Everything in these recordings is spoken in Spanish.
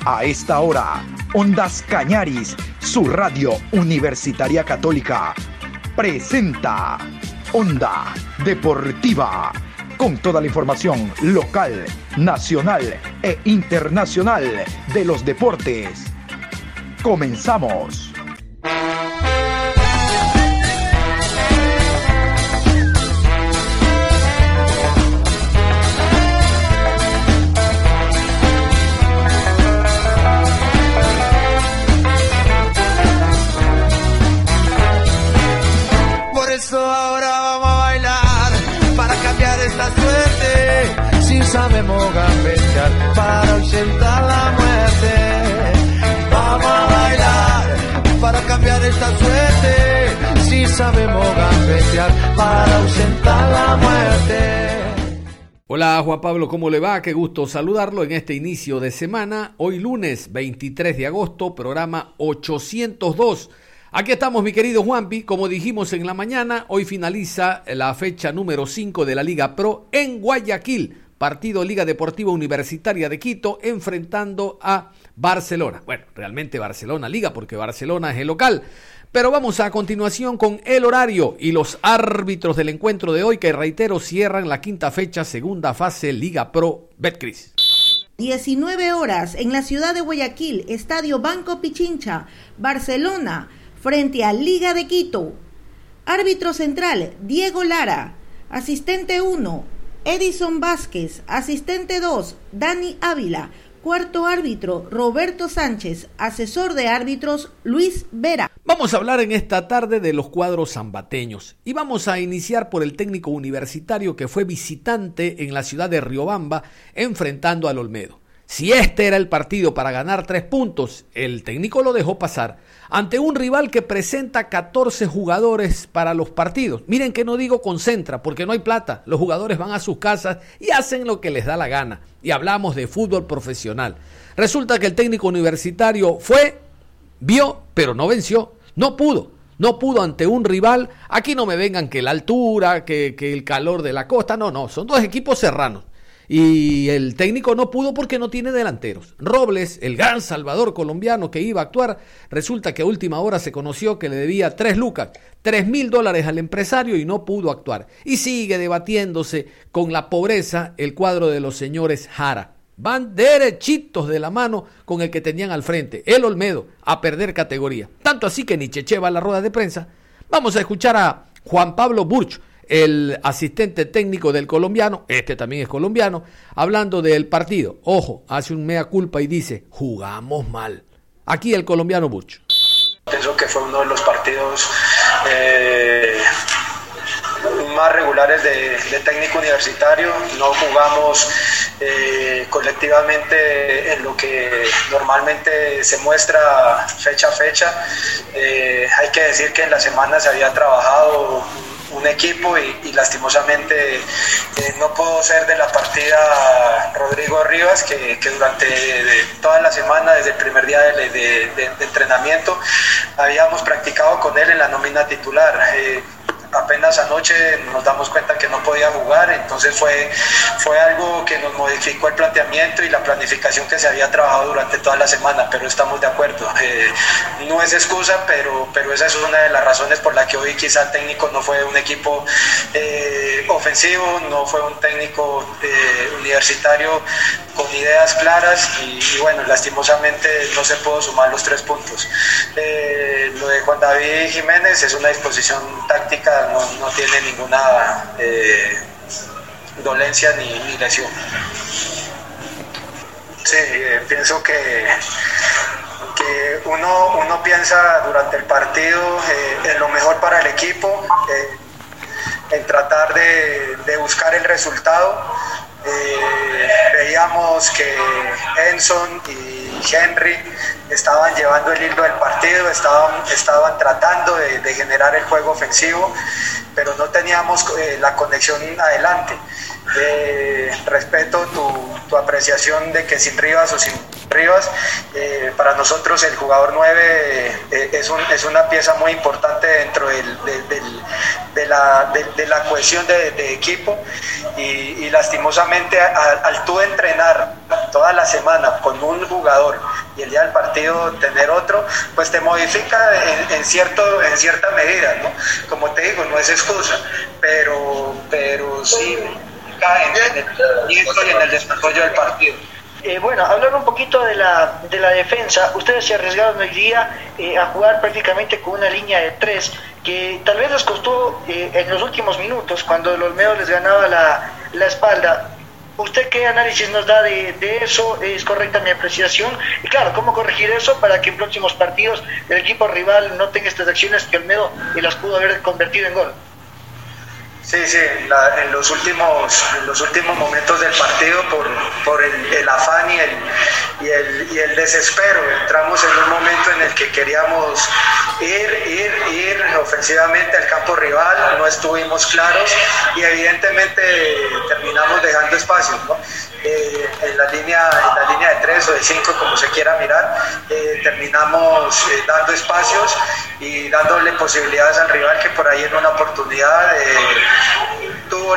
A esta hora, Ondas Cañaris, su radio universitaria católica, presenta Onda Deportiva, con toda la información local, nacional e internacional de los deportes. Comenzamos. Ahora vamos a bailar para cambiar esta suerte. Si sabemos gambetear para ausentar la muerte. Vamos a bailar para cambiar esta suerte. Si sabemos gambetear para ausentar la muerte. Hola Juan Pablo, ¿cómo le va? Qué gusto saludarlo en este inicio de semana. Hoy lunes 23 de agosto, programa 802. Aquí estamos, mi querido Juanpi, como dijimos en la mañana, hoy finaliza la fecha número 5 de la Liga Pro en Guayaquil, partido Liga Deportiva Universitaria de Quito, enfrentando a Barcelona. Bueno, realmente Barcelona Liga, porque Barcelona es el local, pero vamos a continuación con el horario y los árbitros del encuentro de hoy, que reitero, cierran la quinta fecha, segunda fase Liga Pro Betcris. 19 horas en la ciudad de Guayaquil, Estadio Banco Pichincha, Barcelona, frente a Liga de Quito. Árbitro central, Diego Lara. Asistente 1, Edison Vázquez. Asistente 2, Dani Ávila. Cuarto árbitro, Roberto Sánchez. Asesor de árbitros, Luis Vera. Vamos a hablar en esta tarde de los cuadros zambateños. Y vamos a iniciar por el técnico universitario que fue visitante en la ciudad de Riobamba, enfrentando al Olmedo. Si este era el partido para ganar 3 puntos, el técnico lo dejó pasar ante un rival que presenta 14 jugadores para los partidos. Miren que no digo concentra, porque no hay plata. Los jugadores van a sus casas y hacen lo que les da la gana. Y hablamos de fútbol profesional. Resulta que el técnico universitario vio, pero no venció. No pudo ante un rival. Aquí no me vengan que la altura, que el calor de la costa. No, son dos equipos serranos. Y el técnico no pudo porque no tiene delanteros. Robles, el gran salvador colombiano que iba a actuar, resulta que a última hora se conoció que le debía 3 lucas, $3,000 al empresario y no pudo actuar. Y sigue debatiéndose con la pobreza el cuadro de los señores Jara. Van derechitos de la mano con el que tenían al frente, el Olmedo, a perder categoría. Tanto así que ni Cheche va a la rueda de prensa. Vamos a escuchar a Juan Pablo Burch, el asistente técnico del colombiano, este también es colombiano, hablando del partido. Ojo, hace un mea culpa y dice, jugamos mal. Aquí el colombiano Burch. Pienso que fue uno de los partidos más regulares de técnico universitario. No jugamos colectivamente en lo que normalmente se muestra fecha a fecha. Hay que decir que en la semana se había trabajado un equipo y lastimosamente no pudo ser de la partida Rodrigo Rivas, que durante toda la semana, desde el primer día de entrenamiento, habíamos practicado con él en la nómina titular. Apenas anoche nos damos cuenta que no podía jugar, entonces fue algo que nos modificó el planteamiento y la planificación que se había trabajado durante toda la semana, pero estamos de acuerdo. No es excusa, pero esa es una de las razones por la que hoy quizá el técnico no fue un equipo ofensivo, no fue un técnico universitario con ideas claras y bueno, lastimosamente no se pudo sumar los 3 puntos. Lo de Juan David Jiménez es una disposición táctica, no tiene ninguna dolencia ni lesión. Sí, pienso que uno piensa durante el partido en lo mejor para el equipo, en tratar de buscar el resultado. Veíamos que Enson y Henry estaban llevando el hilo del partido, estaban tratando de generar el juego ofensivo, pero no teníamos la conexión adelante. Respeto tu apreciación de que sin Rivas o sin Rivas. Para nosotros el jugador 9 es una pieza muy importante dentro de la cohesión de equipo y lastimosamente al tú entrenar toda la semana con un jugador y el día del partido tener otro, pues te modifica en cierta medida, ¿no? Como te digo, no es excusa, pero sí cae en el rendimiento y en el desarrollo del partido. Bueno, hablando un poquito de la defensa, ustedes se arriesgaron hoy día a jugar prácticamente con una línea de 3 que tal vez les costó en los últimos minutos cuando el Olmedo les ganaba la espalda. ¿Usted qué análisis nos da de eso? ¿Es correcta mi apreciación? Y claro, ¿cómo corregir eso para que en próximos partidos el equipo rival no tenga estas acciones que Olmedo las pudo haber convertido en gol? Sí, en los últimos momentos del partido, por el afán y el desespero, entramos en un momento en el que queríamos ir ofensivamente al campo rival, no estuvimos claros y evidentemente terminamos dejando espacios, ¿no? En la línea de 3 o de 5, como se quiera mirar, terminamos dando espacios y dándole posibilidades al rival que por ahí en una oportunidad tuvo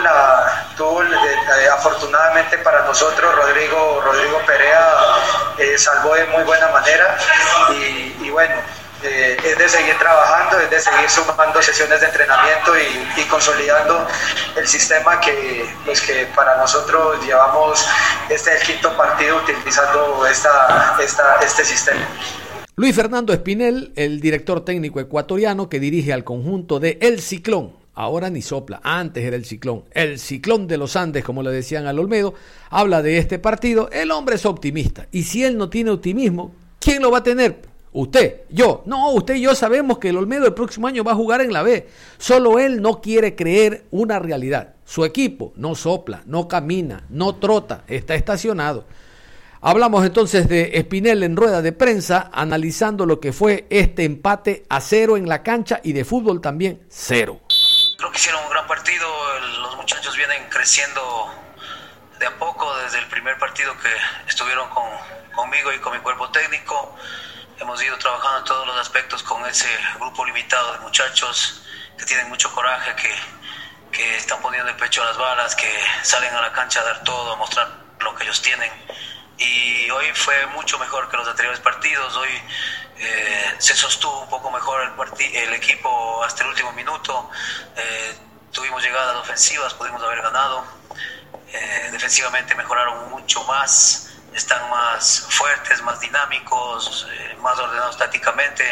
afortunadamente para nosotros Rodrigo Perea salvó de muy buena manera y bueno, es de seguir trabajando, es de seguir sumando sesiones de entrenamiento y consolidando el sistema que para nosotros llevamos el quinto partido utilizando este sistema. Luis Fernando Espinel, el director técnico ecuatoriano que dirige al conjunto de El Ciclón, ahora ni sopla, antes era el Ciclón de los Andes, como le decían al Olmedo, habla de este partido. El hombre es optimista, y si él no tiene optimismo, ¿quién lo va a tener? Usted, yo. No, usted y yo sabemos que el Olmedo el próximo año va a jugar en la B. Solo él no quiere creer una realidad. Su equipo no sopla, no camina, no trota, está estacionado. Hablamos entonces de Espinel en rueda de prensa, analizando lo que fue este empate a 0 en la cancha y de fútbol también 0. Creo que hicieron un gran partido, los muchachos vienen creciendo de a poco desde el primer partido que estuvieron conmigo y con mi cuerpo técnico. Hemos ido trabajando en todos los aspectos con ese grupo limitado de muchachos que tienen mucho coraje, que están poniendo el pecho a las balas, que salen a la cancha a dar todo, a mostrar lo que ellos tienen. Y hoy fue mucho mejor que los anteriores partidos. Hoy se sostuvo un poco mejor el equipo hasta el último minuto. Tuvimos llegadas ofensivas, pudimos haber ganado. Defensivamente mejoraron mucho más, están más fuertes, más dinámicos, más ordenados tácticamente.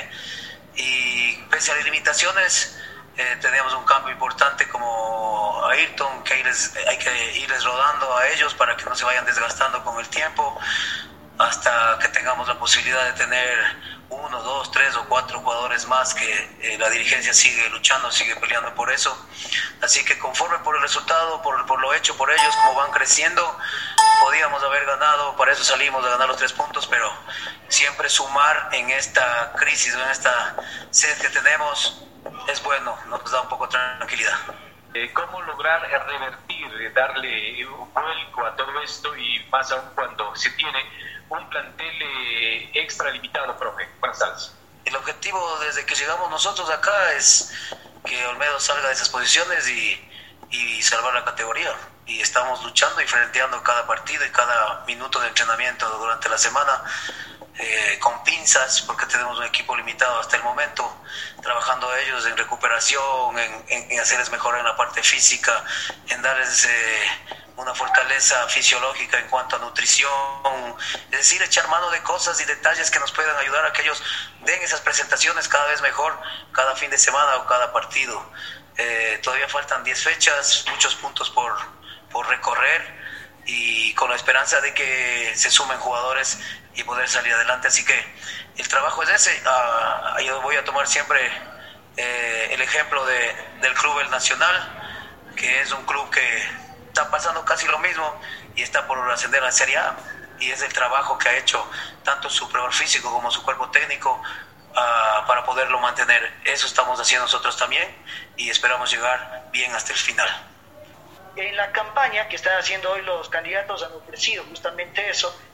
Y pese a las limitaciones, teníamos un cambio importante como Ayrton, que hay que irles rodando a ellos para que no se vayan desgastando con el tiempo, hasta que tengamos la posibilidad de tener 1, 2, 3 o 4 jugadores más, que la dirigencia sigue luchando, sigue peleando por eso. Así que conforme por el resultado, por lo hecho por ellos, como van creciendo, podíamos haber ganado, para eso salimos a ganar los 3 puntos, pero siempre sumar en esta crisis o en esta sed que tenemos es bueno, nos da un poco de tranquilidad. ¿Cómo lograr revertir, darle un vuelco a todo esto y más aún cuando se tiene un plantel extra limitado, profe? Buenas tardes. El objetivo desde que llegamos nosotros acá es que Olmedo salga de esas posiciones y salvar la categoría. Y estamos luchando y frenteando cada partido y cada minuto de entrenamiento durante la semana con pinzas, porque tenemos un equipo limitado hasta el momento, trabajando ellos en recuperación, en hacerles mejorar en la parte física, en darles una fortaleza fisiológica en cuanto a nutrición, es decir, echar mano de cosas y detalles que nos puedan ayudar a que ellos den esas presentaciones cada vez mejor, cada fin de semana o cada partido. Todavía faltan 10 fechas, muchos puntos por recorrer, y con la esperanza de que se sumen jugadores y poder salir adelante. Así que el trabajo es ese. Yo voy a tomar siempre el ejemplo del club El Nacional, que es un club que está pasando casi lo mismo y está por ascender a la Serie A, y es el trabajo que ha hecho tanto su preparador físico como su cuerpo técnico para poderlo mantener. Eso estamos haciendo nosotros también y esperamos llegar bien hasta el final. En la campaña que están haciendo hoy los candidatos han ofrecido justamente eso,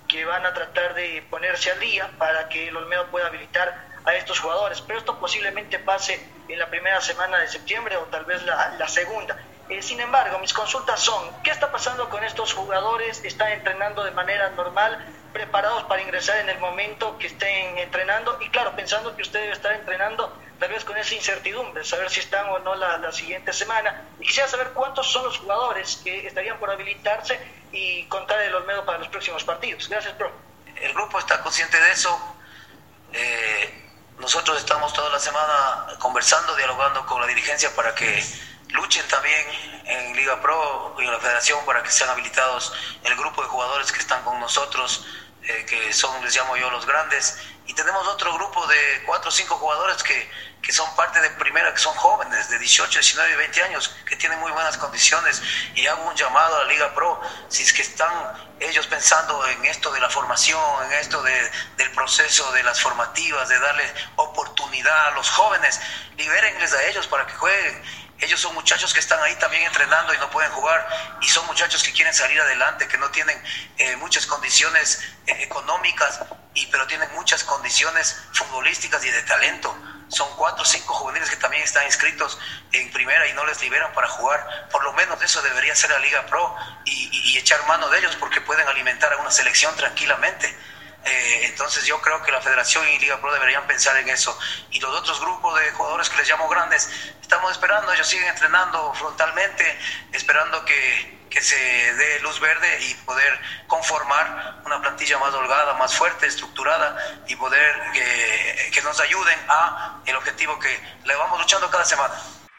que van a tratar de ponerse al día para que el Olmedo pueda habilitar a estos jugadores, pero esto posiblemente pase en la primera semana de septiembre o tal vez la segunda. Sin embargo, mis consultas son: ¿qué está pasando con estos jugadores? ¿Están entrenando de manera normal, preparados para ingresar en el momento que estén entrenando? Y claro, pensando que usted debe estar entrenando tal vez con esa incertidumbre, saber si están o no la siguiente semana. Y quisiera saber cuántos son los jugadores que estarían por habilitarse y contar el Olmedo para los próximos partidos. Gracias, profe. El grupo está consciente de eso. Nosotros estamos toda la semana conversando, dialogando con la dirigencia para que luchen también en Liga Pro y en la Federación para que sean habilitados el grupo de jugadores que están con nosotros, que son, les llamo yo, los grandes. Y tenemos otro grupo de 4 o 5 jugadores que son parte de primera, que son jóvenes de 18, 19 y 20 años, que tienen muy buenas condiciones. Y hago un llamado a la Liga Pro: si es que están ellos pensando en esto de la formación, en esto del proceso de las formativas, de darle oportunidad a los jóvenes, libérenles a ellos para que jueguen. Ellos son muchachos que están ahí también entrenando y no pueden jugar, y son muchachos que quieren salir adelante, que no tienen muchas condiciones económicas, pero tienen muchas condiciones futbolísticas y de talento. Son 4 o 5 juveniles que también están inscritos en primera y no les liberan para jugar. Por lo menos eso debería hacer la Liga Pro y echar mano de ellos, porque pueden alimentar a una selección tranquilamente. Entonces yo creo que la Federación y Liga Pro deberían pensar en eso. Y los otros grupos de jugadores que les llamo grandes, estamos esperando, ellos siguen entrenando frontalmente, esperando que se dé luz verde y poder conformar una plantilla más holgada, más fuerte, estructurada, y poder que nos ayuden a el objetivo que le vamos luchando cada semana.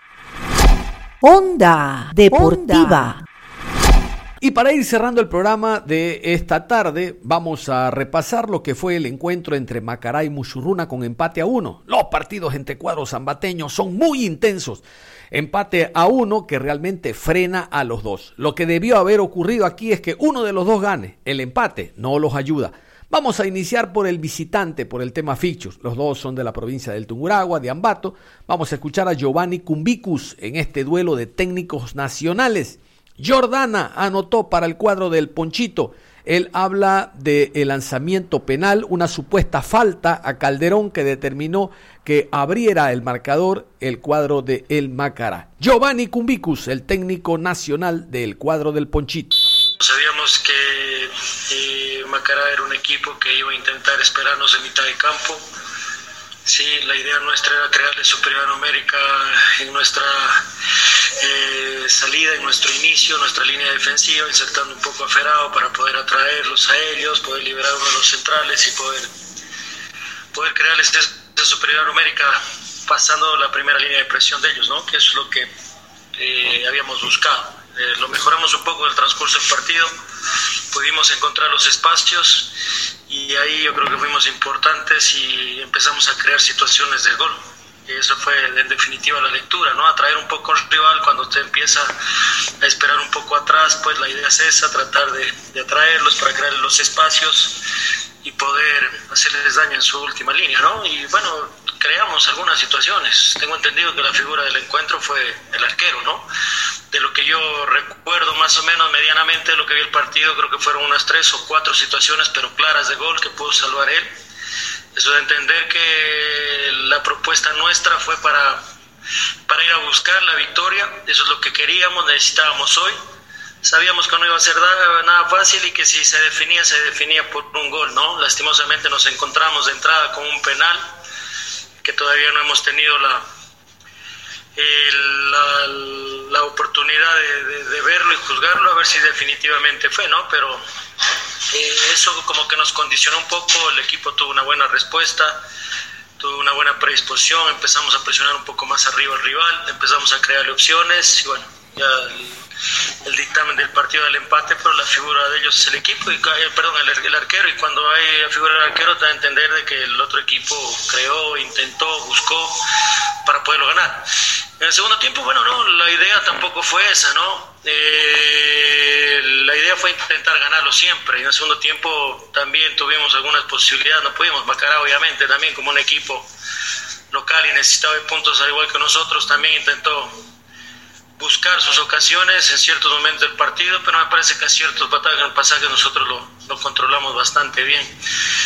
Onda Deportiva. Y para ir cerrando el programa de esta tarde, vamos a repasar lo que fue el encuentro entre Macará y Muchurruna con empate a 1. Los partidos entre cuadros zambateños son muy intensos. Empate a 1 que realmente frena a los dos. Lo que debió haber ocurrido aquí es que uno de los dos gane. El empate no los ayuda. Vamos a iniciar por el visitante, por el tema fixtures. Los dos son de la provincia del Tungurahua, de Ambato. Vamos a escuchar a Giovanni Cumbicus en este duelo de técnicos nacionales. Jordana anotó para el cuadro del Ponchito. Él habla del lanzamiento penal, una supuesta falta a Calderón que determinó que abriera el marcador el cuadro de El Macará. Giovanni Cumbicus, el técnico nacional del cuadro del Ponchito. Sabíamos que Macará era un equipo que iba a intentar esperarnos en mitad de campo. Sí, la idea nuestra era crearle superioridad numérica en nuestra salida, en nuestro inicio, nuestra línea defensiva, insertando un poco a Ferao para poder atraerlos a ellos, poder liberar uno de los centrales y poder crearles esa superioridad numérica pasando la primera línea de presión de ellos, ¿no? Que es lo que habíamos buscado. Lo mejoramos un poco en el transcurso del partido, pudimos encontrar los espacios y ahí yo creo que fuimos importantes y empezamos a crear situaciones de gol. Y eso fue en definitiva la lectura, ¿no? Atraer un poco al rival cuando usted empieza a esperar un poco atrás, pues la idea es esa, tratar de atraerlos para crear los espacios y poder hacerles daño en su última línea, ¿no? Y bueno, creamos algunas situaciones. Tengo entendido que la figura del encuentro fue el arquero, ¿no? De lo que yo recuerdo más o menos medianamente de lo que vi el partido, creo que fueron unas 3 o 4 situaciones, pero claras de gol que pudo salvar él. Eso de entender que la propuesta nuestra fue para ir a buscar la victoria. Eso es lo que queríamos, necesitábamos hoy. Sabíamos que no iba a ser nada fácil y que si se definía por un gol, ¿no? Lastimosamente nos encontramos de entrada con un penal que todavía no hemos tenido la oportunidad de verlo y juzgarlo, a ver si definitivamente fue, ¿no? Pero eso como que nos condicionó un poco. El equipo tuvo una buena respuesta, tuvo una buena predisposición, empezamos a presionar un poco más arriba al rival, empezamos a crearle opciones y bueno, ya el dictamen del partido del empate, pero la figura de ellos es el equipo, el arquero, y cuando hay la figura del arquero te da a entender de que el otro equipo creó, intentó, buscó para poderlo ganar. En el segundo tiempo, bueno, no, la idea tampoco fue esa, ¿no? La idea fue intentar ganarlo siempre, y en el segundo tiempo también tuvimos algunas posibilidades, no pudimos. Macará obviamente también como un equipo local y necesitaba de puntos al igual que nosotros, también intentó buscar sus ocasiones en ciertos momentos del partido, pero me parece que a ciertos pasajes nosotros lo controlamos bastante bien.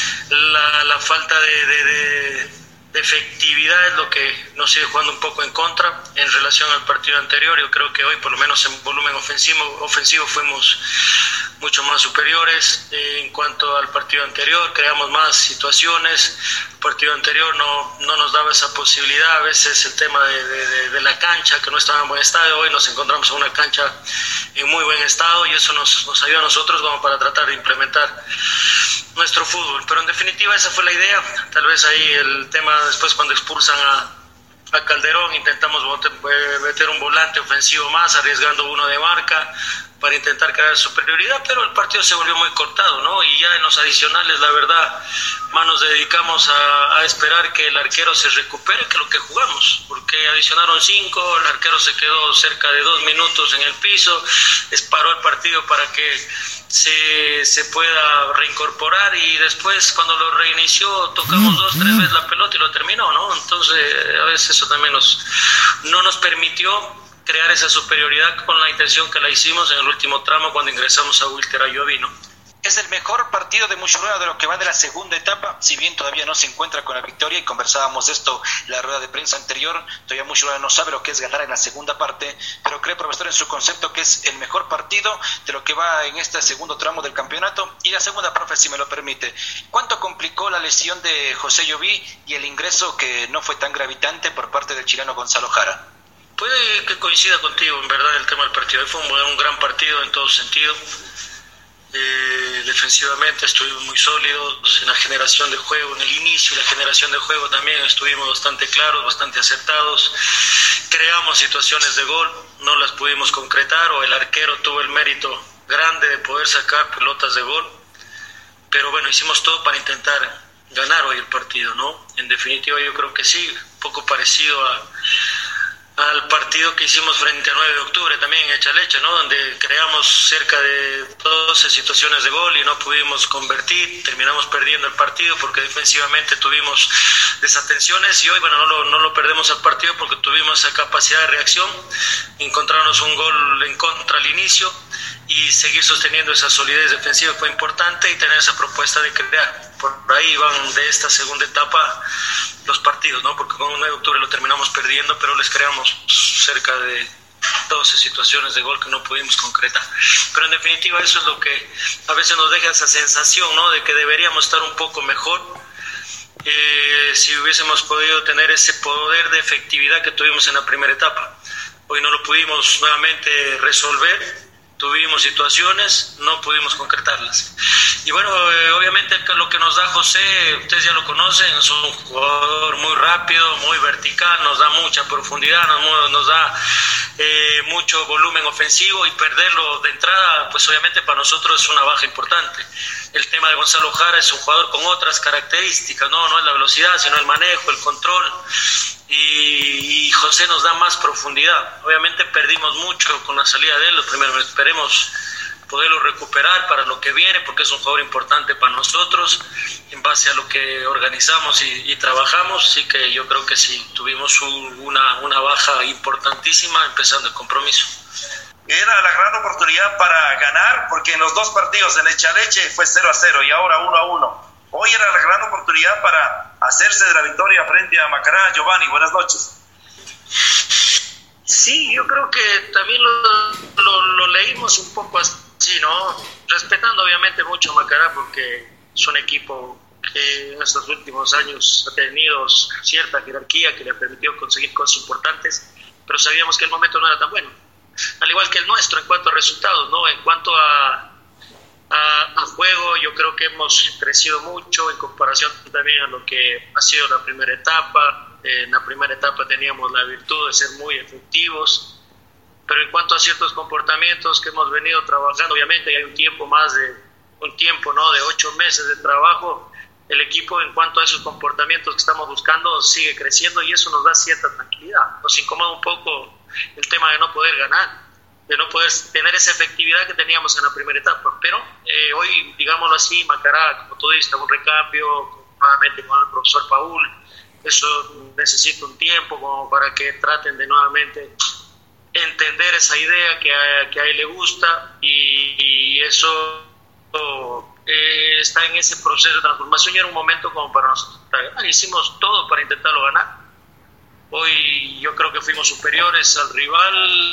La falta de efectividad es lo que nos sigue jugando un poco en contra en relación al partido anterior. Yo creo que hoy, por lo menos en volumen ofensivo fuimos mucho más superiores. En cuanto al partido anterior, creamos más situaciones. El partido anterior no nos daba esa posibilidad. A veces el tema de la cancha, que no estaba en buen estado. Hoy nos encontramos en una cancha en muy buen estado y eso nos ayuda a nosotros como para tratar de implementar nuestro fútbol. Pero en definitiva esa fue la idea. Tal vez ahí el tema después, cuando expulsan a Calderón, intentamos meter un volante ofensivo más, arriesgando uno de marca para intentar crear superioridad, pero el partido se volvió muy cortado, ¿no? Y ya en los adicionales, la verdad, más nos dedicamos a esperar que el arquero se recupere que lo que jugamos, porque adicionaron 5, el arquero se quedó cerca de 2 minutos en el piso, paró el partido para que se pueda reincorporar, y después cuando lo reinició tocamos 2-3 veces la pelota y lo terminó, ¿no? Entonces a veces eso también no nos permitió crear esa superioridad con la intención que la hicimos en el último tramo cuando ingresamos a Wilter Ayoví, ¿no? Es el mejor partido de Muchurruna de lo que va de la segunda etapa, si bien todavía no se encuentra con la victoria, y conversábamos de esto en la rueda de prensa anterior. Todavía Muchurruna no sabe lo que es ganar en la segunda parte, pero cree, profesor, en su concepto que es el mejor partido de lo que va en este segundo tramo del campeonato. Y la segunda, profe, si me lo permite, ¿cuánto complicó la lesión de José Lloví y el ingreso que no fue tan gravitante por parte del chileno Gonzalo Jara? Puede que coincida contigo, en verdad, el tema del partido. Fue un gran partido en todo sentido. Defensivamente estuvimos muy sólidos en la generación de juego, en el inicio de la generación de juego también estuvimos bastante claros, bastante acertados. Creamos situaciones de gol, no las pudimos concretar, o el arquero tuvo el mérito grande de poder sacar pelotas de gol, pero bueno, hicimos todo para intentar ganar hoy el partido, ¿no? En definitiva yo creo que sí, un poco parecido al partido que hicimos frente a 9 de octubre también en Echaleche, ¿no? Donde creamos cerca de 12 situaciones de gol y no pudimos convertir, terminamos perdiendo el partido porque defensivamente tuvimos desatenciones, y hoy, bueno, no lo perdemos al partido porque tuvimos esa capacidad de reacción, encontrarnos un gol en contra al inicio y seguir sosteniendo esa solidez defensiva fue importante, y tener esa propuesta de crear. Por ahí van de esta segunda etapa los partidos, ¿no? Porque con 9 de octubre lo terminamos perdiendo, pero les creamos cerca de 12 situaciones de gol que no pudimos concretar. Pero en definitiva eso es lo que a veces nos deja esa sensación, ¿no? De que deberíamos estar un poco mejor. Si hubiésemos podido tener ese poder de efectividad que tuvimos en la primera etapa. Hoy no lo pudimos nuevamente resolver. Tuvimos situaciones, no pudimos concretarlas. Y bueno, obviamente lo que nos da José, ustedes ya lo conocen, es un jugador muy rápido, muy vertical, nos da mucha profundidad, nos da mucho volumen ofensivo, y perderlo de entrada, pues obviamente para nosotros es una baja importante. El tema de Gonzalo Jara es un jugador con otras características, no es la velocidad, sino el manejo, el control. Y José nos da más profundidad. Obviamente perdimos mucho con la salida de él. Lo primero, esperemos poderlo recuperar para lo que viene, porque es un jugador importante para nosotros en base a lo que organizamos y trabajamos. Así que yo creo que sí, tuvimos una baja importantísima empezando el compromiso. Era la gran oportunidad para ganar, porque en los 2 partidos en Echaleche fue 0-0 y ahora 1-1. Hoy era la gran oportunidad para hacerse de la victoria frente a Macará. Giovanni, buenas noches. Sí, yo creo que también lo leímos un poco así, ¿no? Respetando obviamente mucho a Macará, porque es un equipo que en estos últimos años ha tenido cierta jerarquía que le ha permitido conseguir cosas importantes, pero sabíamos que el momento no era tan bueno. Al igual que el nuestro en cuanto a resultados, ¿no? En cuanto a juego, yo creo que hemos crecido mucho en comparación también a lo que ha sido la primera etapa. En la primera etapa teníamos la virtud de ser muy efectivos, pero en cuanto a ciertos comportamientos que hemos venido trabajando, obviamente hay un tiempo, ¿no? De 8 meses de trabajo. El equipo, en cuanto a esos comportamientos que estamos buscando, sigue creciendo, y eso nos da cierta tranquilidad. Nos incomoda un poco el tema de no poder ganar, de no poder tener esa efectividad que teníamos en la primera etapa. Pero hoy, digámoslo así, Macará, como tú dices, un recambio nuevamente con el profesor Paul. Eso necesita un tiempo como para que traten de nuevamente entender esa idea que a él le gusta, y eso está en ese proceso de transformación, y era un momento como para nosotros ganar. Hicimos todo para intentarlo ganar. Hoy yo creo que fuimos superiores al rival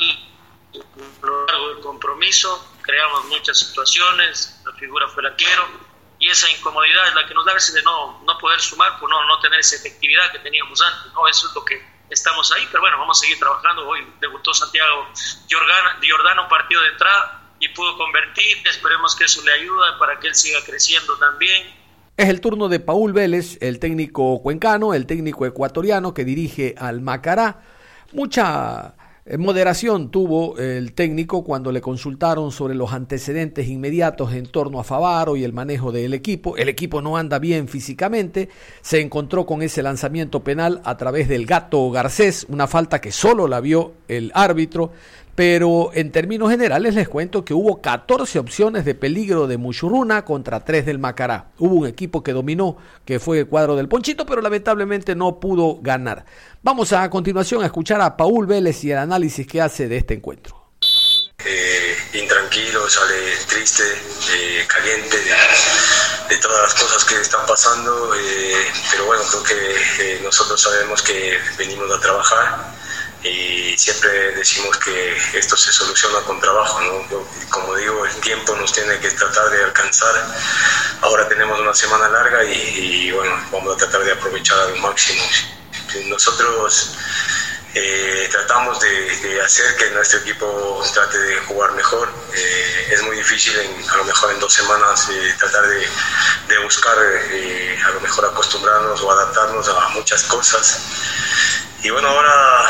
a lo largo del compromiso, creamos muchas situaciones, la figura fue el arquero, y esa incomodidad es la que nos da a veces de no poder sumar, por no tener esa efectividad que teníamos antes, ¿no? Eso es lo que estamos ahí, pero bueno, vamos a seguir trabajando. Hoy debutó Santiago Giordano, un partido de entrada, y pudo convertir. Esperemos que eso le ayude para que él siga creciendo también. Es el turno de Paul Vélez, el técnico cuencano, el técnico ecuatoriano que dirige al Macará. Mucha moderación tuvo el técnico cuando le consultaron sobre los antecedentes inmediatos en torno a Favaro y el manejo del equipo. El equipo no anda bien físicamente, se encontró con ese lanzamiento penal a través del Gato Garcés, una falta que solo la vio el árbitro, pero en términos generales les cuento que hubo 14 opciones de peligro de Muchurruna contra 3 del Macará. Hubo un equipo que dominó, que fue el cuadro del Ponchito, pero lamentablemente no pudo ganar. Vamos a continuación a escuchar a Paul Vélez y el análisis que hace de este encuentro. Intranquilo, sale triste, caliente de todas las cosas que están pasando, pero bueno, creo que nosotros sabemos que venimos a trabajar y siempre decimos que esto se soluciona con trabajo, ¿no? Como digo, el tiempo nos tiene que tratar de alcanzar. Ahora tenemos una semana larga y bueno, vamos a tratar de aprovechar al máximo. Nosotros tratamos de hacer que nuestro equipo trate de jugar mejor. Es muy difícil a lo mejor en 2 semanas tratar de buscar a lo mejor acostumbrarnos o adaptarnos a muchas cosas. Y bueno, ahora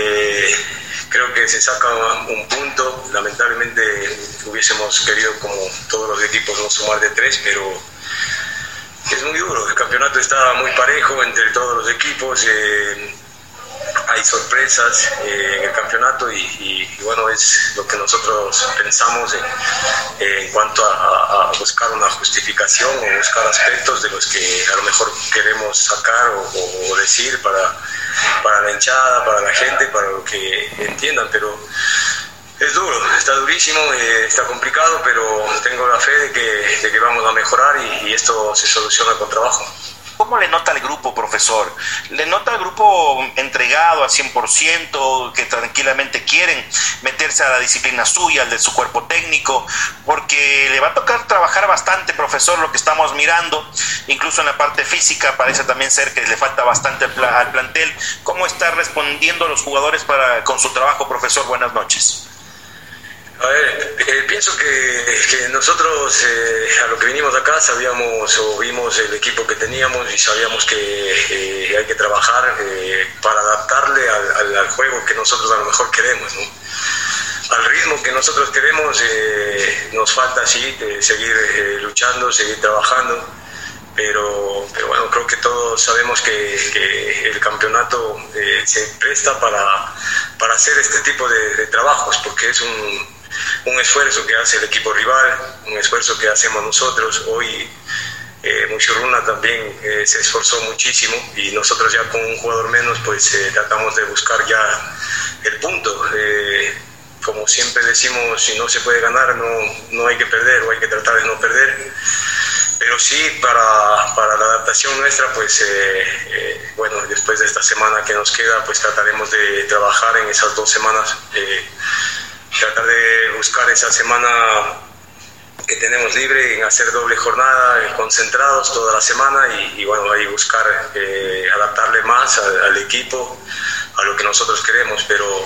creo que se saca un punto. Lamentablemente hubiésemos querido, como todos los equipos, no sumar de 3, pero es muy duro. El campeonato está muy parejo entre todos los equipos. Hay sorpresas en el campeonato y bueno, es lo que nosotros pensamos en cuanto a buscar una justificación o buscar aspectos de los que a lo mejor queremos sacar o decir para la hinchada, para la gente, para lo que entiendan, pero es duro, está durísimo, está complicado, pero tengo la fe de que vamos a mejorar y esto se soluciona con trabajo. ¿Cómo le nota al grupo, profesor? ¿Le nota al grupo entregado al 100%, que tranquilamente quieren meterse a la disciplina suya, al de su cuerpo técnico? Porque le va a tocar trabajar bastante, profesor, lo que estamos mirando, incluso en la parte física parece también ser que le falta bastante al plantel. ¿Cómo están respondiendo los jugadores con su trabajo, profesor? Buenas noches. A ver, pienso que nosotros a lo que vinimos acá sabíamos o vimos el equipo que teníamos y sabíamos que hay que trabajar para adaptarle al juego que nosotros a lo mejor queremos, ¿no? Al ritmo que nosotros queremos. Nos falta sí seguir luchando, seguir trabajando, pero bueno, creo que todos sabemos que el campeonato se presta para hacer este tipo de trabajos, porque es un esfuerzo que hace el equipo rival, un esfuerzo que hacemos nosotros. Hoy Muchurruna también se esforzó muchísimo y nosotros ya con un jugador menos pues tratamos de buscar ya el punto. Como siempre decimos, si no se puede ganar no hay que perder, o hay que tratar de no perder, pero sí para la adaptación nuestra pues bueno, después de esta semana que nos queda pues trataremos de trabajar en esas 2 semanas, tratar de buscar esa semana que tenemos libre en hacer doble jornada, concentrados toda la semana y bueno, ahí buscar adaptarle más al equipo, a lo que nosotros queremos, pero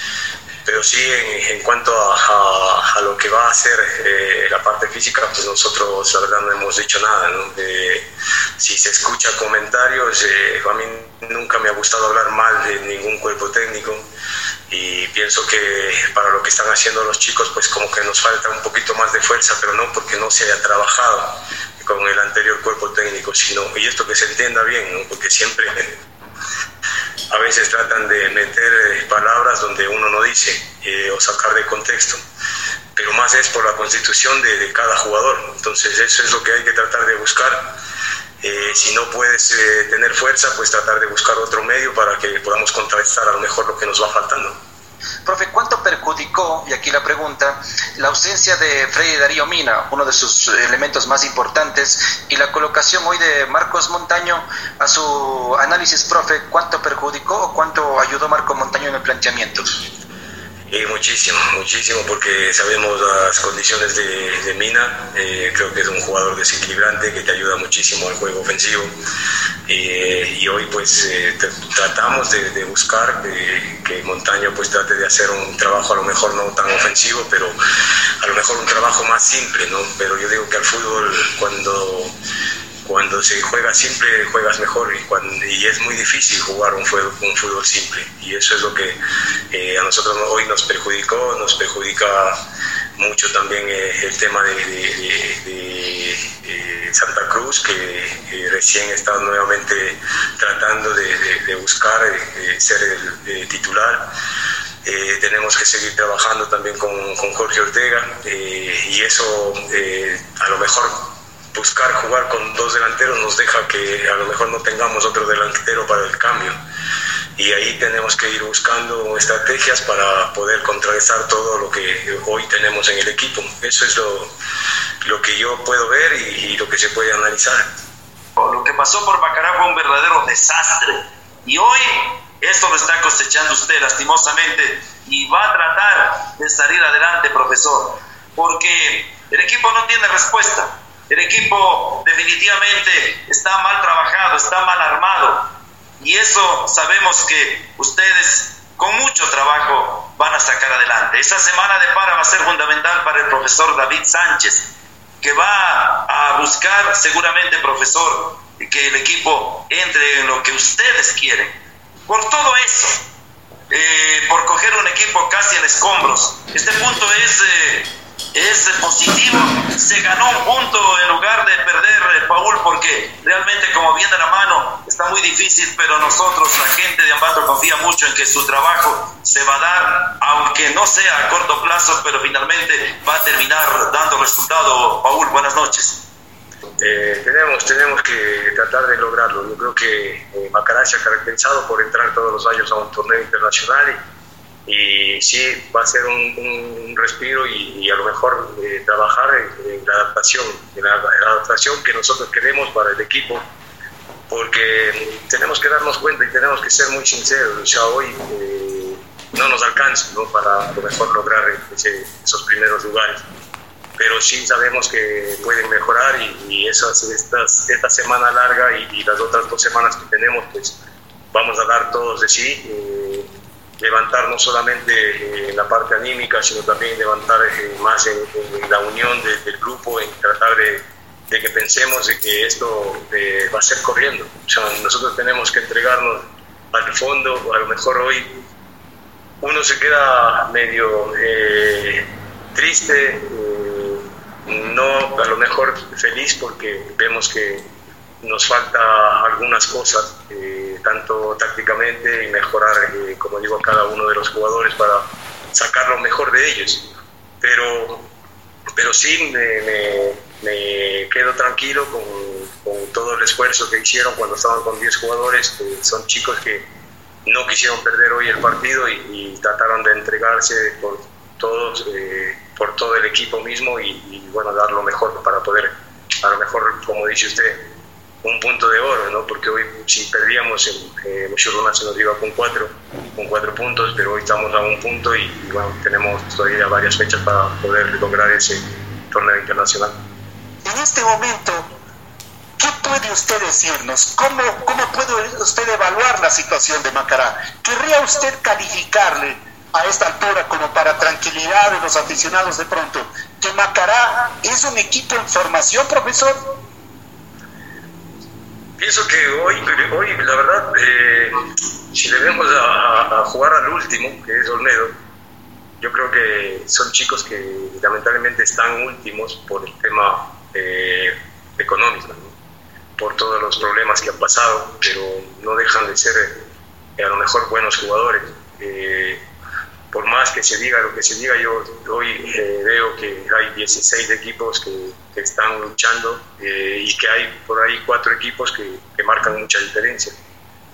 sí en cuanto a lo que va a ser la parte física, pues nosotros la verdad no hemos dicho nada, ¿no? Si se escucha comentarios, a mí nunca me ha gustado hablar mal de ningún cuerpo técnico y pienso que para lo que están haciendo los chicos pues como que nos falta un poquito más de fuerza, pero no porque no se haya trabajado con el anterior cuerpo técnico, sino, y esto que se entienda bien, ¿no? Porque siempre a veces tratan de meter palabras donde uno no dice o sacar de contexto, pero más es por la constitución de cada jugador. Entonces eso es lo que hay que tratar de buscar. Si no puedes tener fuerza, pues tratar de buscar otro medio para que podamos contrarrestar a lo mejor lo que nos va faltando. Profe, ¿cuánto perjudicó, y aquí la pregunta, la ausencia de Freddy Darío Mina, uno de sus elementos más importantes, y la colocación hoy de Marcos Montaño? A su análisis, profe, ¿cuánto perjudicó o cuánto ayudó Marcos Montaño en el planteamiento? Muchísimo, porque sabemos las condiciones de Mina. Creo que es un jugador desequilibrante que te ayuda muchísimo al juego ofensivo, y hoy pues tratamos de buscar que Montaño pues trate de hacer un trabajo a lo mejor no tan ofensivo, pero a lo mejor un trabajo más simple, ¿no? Pero yo digo que al fútbol, cuando se juega simple, juegas mejor, y es muy difícil jugar un fútbol simple, y eso es lo que a nosotros hoy nos perjudica mucho también el tema de Santa Cruz, que recién está nuevamente tratando de buscar ser el titular. Tenemos que seguir trabajando también con Jorge Ortega, y eso a lo mejor buscar jugar con dos delanteros nos deja que a lo mejor no tengamos otro delantero para el cambio, y ahí tenemos que ir buscando estrategias para poder contrarrestar todo lo que hoy tenemos en el equipo. Eso es lo que yo puedo ver y lo que se puede analizar. Lo que pasó por Macará fue un verdadero desastre, y hoy esto lo está cosechando usted lastimosamente, y va a tratar de salir adelante, profesor, porque el equipo no tiene respuesta. El equipo definitivamente está mal trabajado, está mal armado, y eso sabemos que ustedes con mucho trabajo van a sacar adelante. Esa semana de para va a ser fundamental para el profesor David Sánchez, que va a buscar seguramente, profesor, que el equipo entre en lo que ustedes quieren. Por todo eso, por coger un equipo casi en escombros, este punto es positivo. Se ganó un punto en lugar de perder, Paul, porque realmente, como viene la mano, está muy difícil, pero nosotros, la gente de Ambato, confía mucho en que su trabajo se va a dar, aunque no sea a corto plazo, pero finalmente va a terminar dando resultado. Paul, buenas noches. Tenemos que tratar de lograrlo. Yo creo que Macará se ha caracterizado por entrar todos los años a un torneo internacional, y sí, va a ser un respiro, y a lo mejor trabajar en la adaptación que nosotros queremos para el equipo, porque tenemos que darnos cuenta y tenemos que ser muy sinceros. O sea, hoy no nos alcanza, ¿no?, para a lo mejor lograr esos primeros lugares, pero sí sabemos que pueden mejorar, y esta semana larga y las otras 2 semanas que tenemos, pues vamos a dar todos de sí, levantar no solamente en la parte anímica, sino también levantar más en la unión del grupo, en tratar de que pensemos de que esto va a ser corriendo. O sea, nosotros tenemos que entregarnos al fondo. A lo mejor hoy uno se queda medio triste, no a lo mejor feliz, porque vemos que nos falta algunas cosas, tanto tácticamente, y mejorar, como digo, a cada uno de los jugadores para sacar lo mejor de ellos. Pero sí me quedo tranquilo con todo el esfuerzo que hicieron cuando estaban con 10 jugadores. Son chicos que no quisieron perder hoy el partido, y trataron de entregarse por todos, por todo el equipo mismo, y bueno, dar lo mejor para poder, a lo mejor, como dice usted, un punto de oro, ¿no? Porque hoy, si perdíamos, Muchurruna se nos iba con 4 puntos, pero hoy estamos a 1 punto, y bueno, tenemos todavía varias fechas para poder lograr ese torneo internacional. En este momento, ¿qué puede usted decirnos? ¿Cómo puede usted evaluar la situación de Macará? ¿Querría usted calificarle a esta altura, como para tranquilidad de los aficionados de pronto, que Macará es un equipo en formación, profesor? Pienso que hoy la verdad, si le vemos a jugar al último, que es Olmedo, yo creo que son chicos que lamentablemente están últimos por el tema económico, ¿no?, por todos los problemas que han pasado, pero no dejan de ser a lo mejor buenos jugadores. Por más que se diga lo que se diga, yo hoy veo que hay 16 equipos que están luchando, y que hay por ahí 4 equipos que marcan mucha diferencia.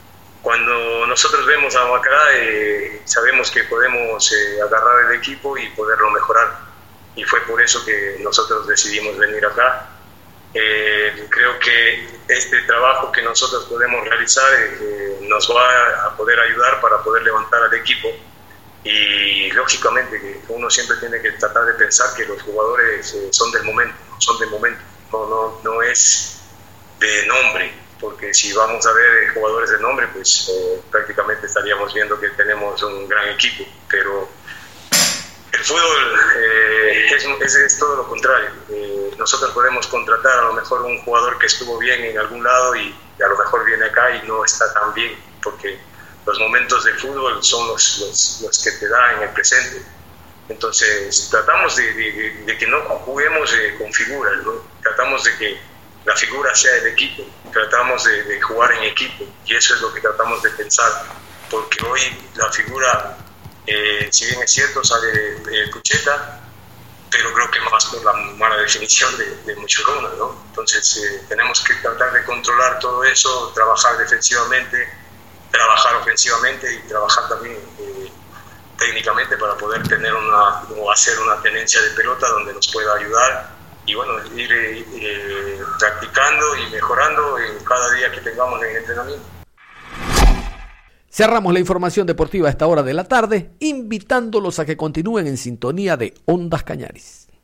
cuando nosotros vemos a Macará, sabemos que podemos agarrar el equipo y poderlo mejorar. Y fue por eso que nosotros decidimos venir acá. Creo que este trabajo que nosotros podemos realizar nos va a poder ayudar para poder levantar al equipo. Y lógicamente que uno siempre tiene que tratar de pensar que los jugadores son del momento, no es de nombre, porque si vamos a ver jugadores de nombre, pues prácticamente estaríamos viendo que tenemos un gran equipo, pero el fútbol es todo lo contrario. Nosotros podemos contratar a lo mejor un jugador que estuvo bien en algún lado y a lo mejor viene acá y no está tan bien, porque los momentos del fútbol son los que te da en el presente. Entonces tratamos de que no juguemos con figuras, ¿no? Tratamos de que la figura sea el equipo, tratamos de jugar en equipo, y eso es lo que tratamos de pensar, porque hoy la figura, si bien es cierto, sale Pucheta, pero creo que más por la mala definición de Muchurruna, ¿no? Entonces tenemos que tratar de controlar todo eso, trabajar defensivamente, trabajar ofensivamente y trabajar también técnicamente para poder tener hacer una tenencia de pelota donde nos pueda ayudar y bueno, ir practicando y mejorando en cada día que tengamos en el entrenamiento. Cerramos la información deportiva a esta hora de la tarde, invitándolos a que continúen en sintonía de Ondas Cañaris.